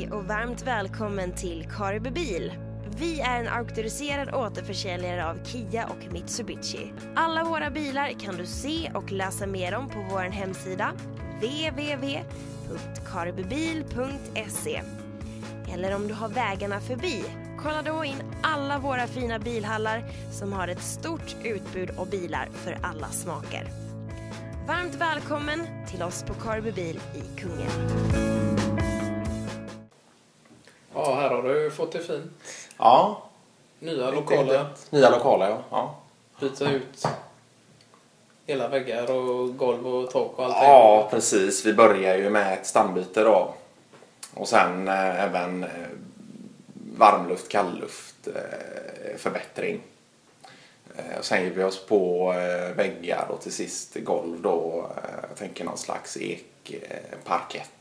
Hej och varmt välkommen till Karby Bil. Vi är en auktoriserad återförsäljare av Kia och Mitsubishi. Alla våra bilar kan du se och läsa mer om på vår hemsida www.karbybil.se. Eller om du har vägarna förbi, kolla då in alla våra fina bilhallar som har ett stort utbud av bilar för alla smaker. Varmt välkommen till oss på Karby Bil i Kungälv. Ja, här har du fått det fint. Ja. Nya lokaler. Nya lokaler, ja. Byta ut hela väggar och golv och tak och allt. Ja, precis. Vi börjar ju med ett stambyte då. Och sen även varmluft, kallluft, förbättring. Och sen ger vi oss på väggar och till sist golv då. Jag tänker någon slags parkett.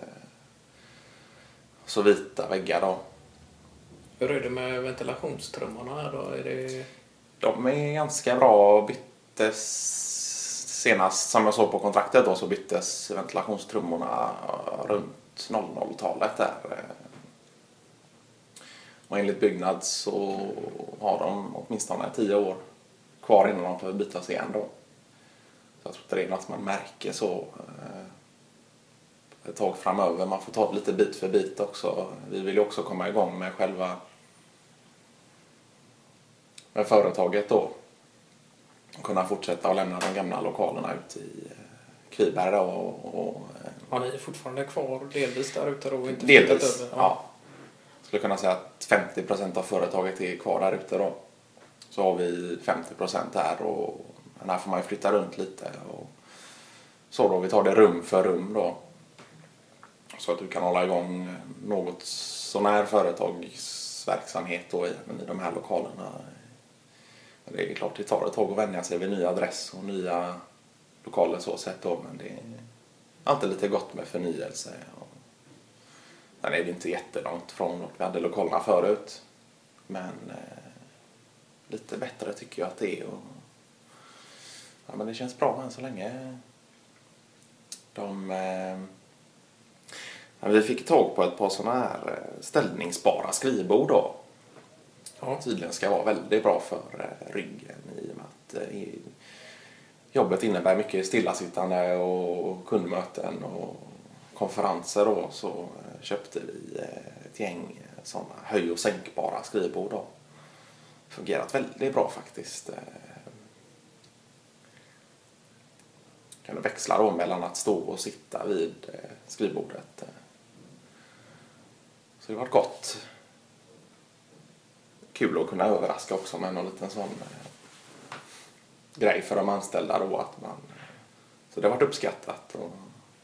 Så vita väggar då. Hur är det med ventilationstrummarna här då? De är ganska bra. Byttes senast som jag såg på kontraktet då, så byttes ventilationstrummorna runt 00-talet där. Och enligt byggnad så har de åtminstone 10 år kvar innan de får bytas igen då. Så jag tror inte det är något man märker så ett tag framöver. Man får ta det lite bit för bit också. Vi vill ju också komma igång med själva med företaget då. Och kunna fortsätta att lämna de gamla lokalerna ut i Kviberg då. Har ni fortfarande kvar delvis där ute då? Inte delvis, över? ja. Jag skulle kunna säga att 50% av företaget är kvar där ute då. Så har vi 50% där och här får man ju flytta runt lite. Och så då, vi tar det rum för rum då. Så att du kan hålla igång något sån här företagsverksamhet då i de här lokalerna. Det är klart det tar ett tag att vänja sig vid ny adress och nya lokaler så sett då. Men det är alltid lite gott med förnyelse. Sen är det inte jättelångt från att vi hade lokalerna förut. Men lite bättre tycker jag att det är. Ja, men det känns bra än så länge. Vi fick tag på ett par sådana här ställningsbara skrivbord då. Ja. Tydligen ska vara väldigt bra för ryggen i och med att jobbet innebär mycket stillasittande och kundmöten och konferenser då, så köpte vi ett gäng sådana höj- och sänkbara skrivbord då. Fungerat väldigt bra faktiskt. Kan du växla då mellan att stå och sitta vid skrivbordet. Så det har varit gott. Kul att kunna överraska också med någon liten sån grej för de anställda då. Så det har varit uppskattat och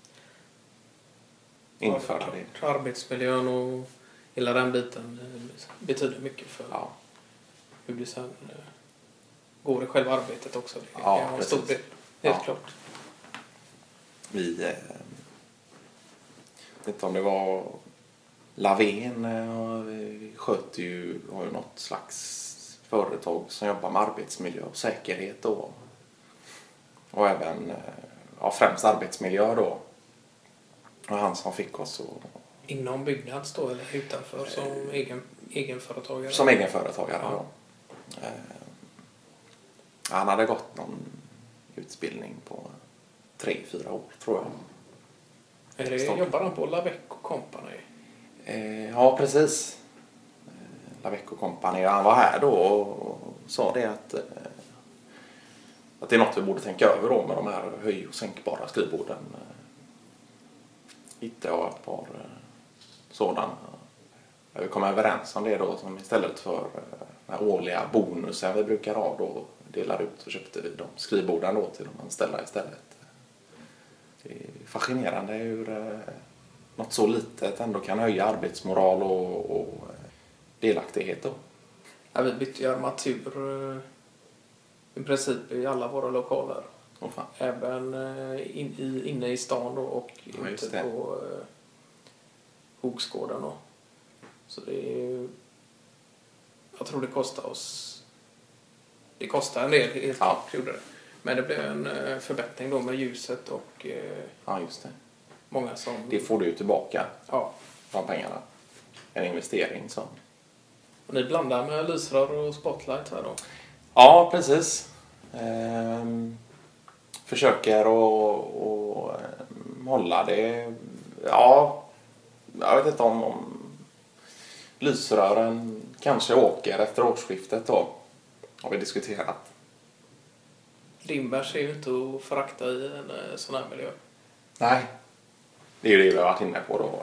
införa det. Arbetsmiljön och hela den biten betyder mycket för hur det sen går i själva arbetet också. Det är en stor del, helt klart. Vi vet inte om det var Lavén, vi sköter ju, har ju något slags företag som jobbar med arbetsmiljö och säkerhet då. Och även främst arbetsmiljö då. Och han som fick oss att... Inom byggnads då eller utanför som egenföretagare? Som egenföretagare då. Han hade gått någon utbildning på 3-4 år tror jag. Jobbar han på Lavec Company? Ja, precis. Lavec Company. Han var här då och sa det att det är något vi borde tänka över då med de här höj- och sänkbara skrivborden. Hittade jag ett par sådana. Vi kom överens om det då som istället för den här årliga bonusen vi brukar ha då delar ut och köpte vi de skrivborden då till de anställda istället. Det är fascinerande hur något så litet ändå kan höja arbetsmoral och delaktighet då. Ja, vi bytte ju armatur i princip i alla våra lokaler. Även inne i stan då och ute på Hogsgården då. Så det är, jag tror det kostar oss, det kostar en del helt klart, gjorde det. Men det blev en förbättring då med ljuset och ja, just det. Många som... Det får du ju tillbaka. Ja. Från pengarna. en investering. Så. Och ni blandar med lysrör och spotlight här då? Ja, precis. Försöker att hålla det. Ja, jag vet inte om lysrören kanske åker efter årsskiftet då. Har vi diskuterat. Dimmers är ju inte att förakta i en sån här miljö. Nej, det är ju det vi har varit inne på då.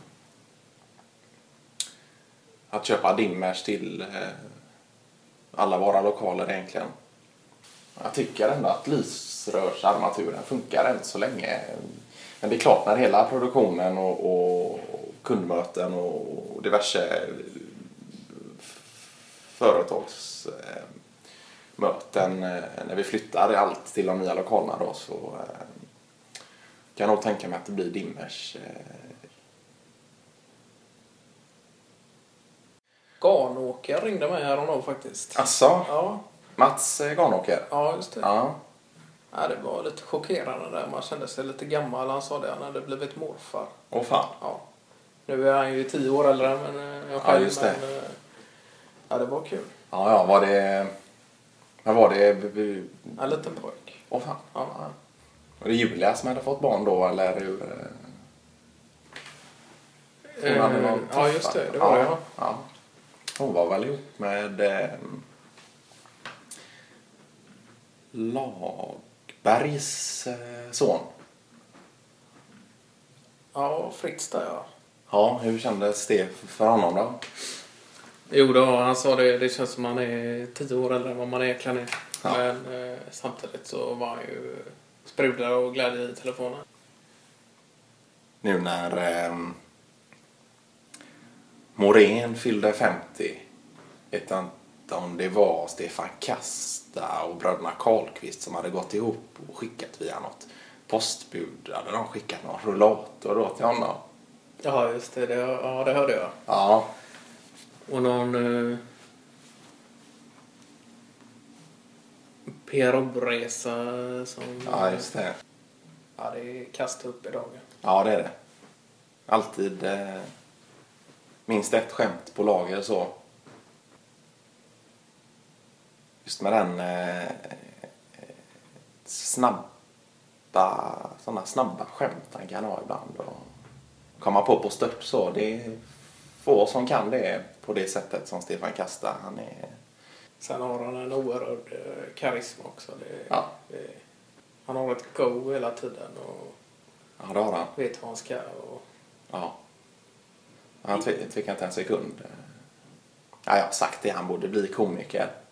Att köpa dimmers till alla våra lokaler egentligen. Jag tycker ändå att lysrörsarmaturen funkar än så länge. Men det är klart när hela produktionen och kundmöten och diverse företagsmöten när vi flyttar allt till de nya lokalerna då, så kan jag nog tänka mig att det blir dimmers. Garnåker ringde mig häromdagen faktiskt. Asså? Ja. Mats Garnåker? Ja, just det. Ja. Ja, det var lite chockerande där. Man kände sig lite gammal. Han sa det, han hade blivit morfar. Åh fan. Ja. Nu är han ju 10 år äldre, men jag själv. Ja, just det. Men, ja, det var kul. Ja, var det... Vad var det? En liten pojk. Åh fan. Ja. Var det Julia som hade fått barn då, eller hur? Hon hade någon ja, just det. Det var det, ja. Ja. Hon var väl ihop med Lagbergs son. Ja, Fritz där, ja. Ja, hur kändes det för honom då? Jo då, han sa det. Det känns som han är 10 år äldre än vad man egentligen är. Ja. Men samtidigt så var han ju sprudlare och glädje i telefonen. Nu när Morén fyllde 50, vet jag inte om det var Stefan Kasta och bröderna Karlqvist som hade gått ihop och skickat via något postbud. Hade de skickat någon rullator då till honom? Ja, just det. Ja, det hörde jag. Ja. Och någon PR-resa som... Ja, just det. Ja, det är kasta upp i dagen. Ja, det är det. Alltid minst ett skämt på lager så. Just med den sådana snabba skämt han kan ha ibland och komma på stört så. Det är få som kan det på det sättet som Stefan Kasta. Han är... Sen har han en oerhörd karisma också. Han har ett go hela tiden och Ja, det har han. vet vad han ska. Och... Ja. Han tvekar inte en sekund. Ja, jag har sagt det. Han borde bli komiker.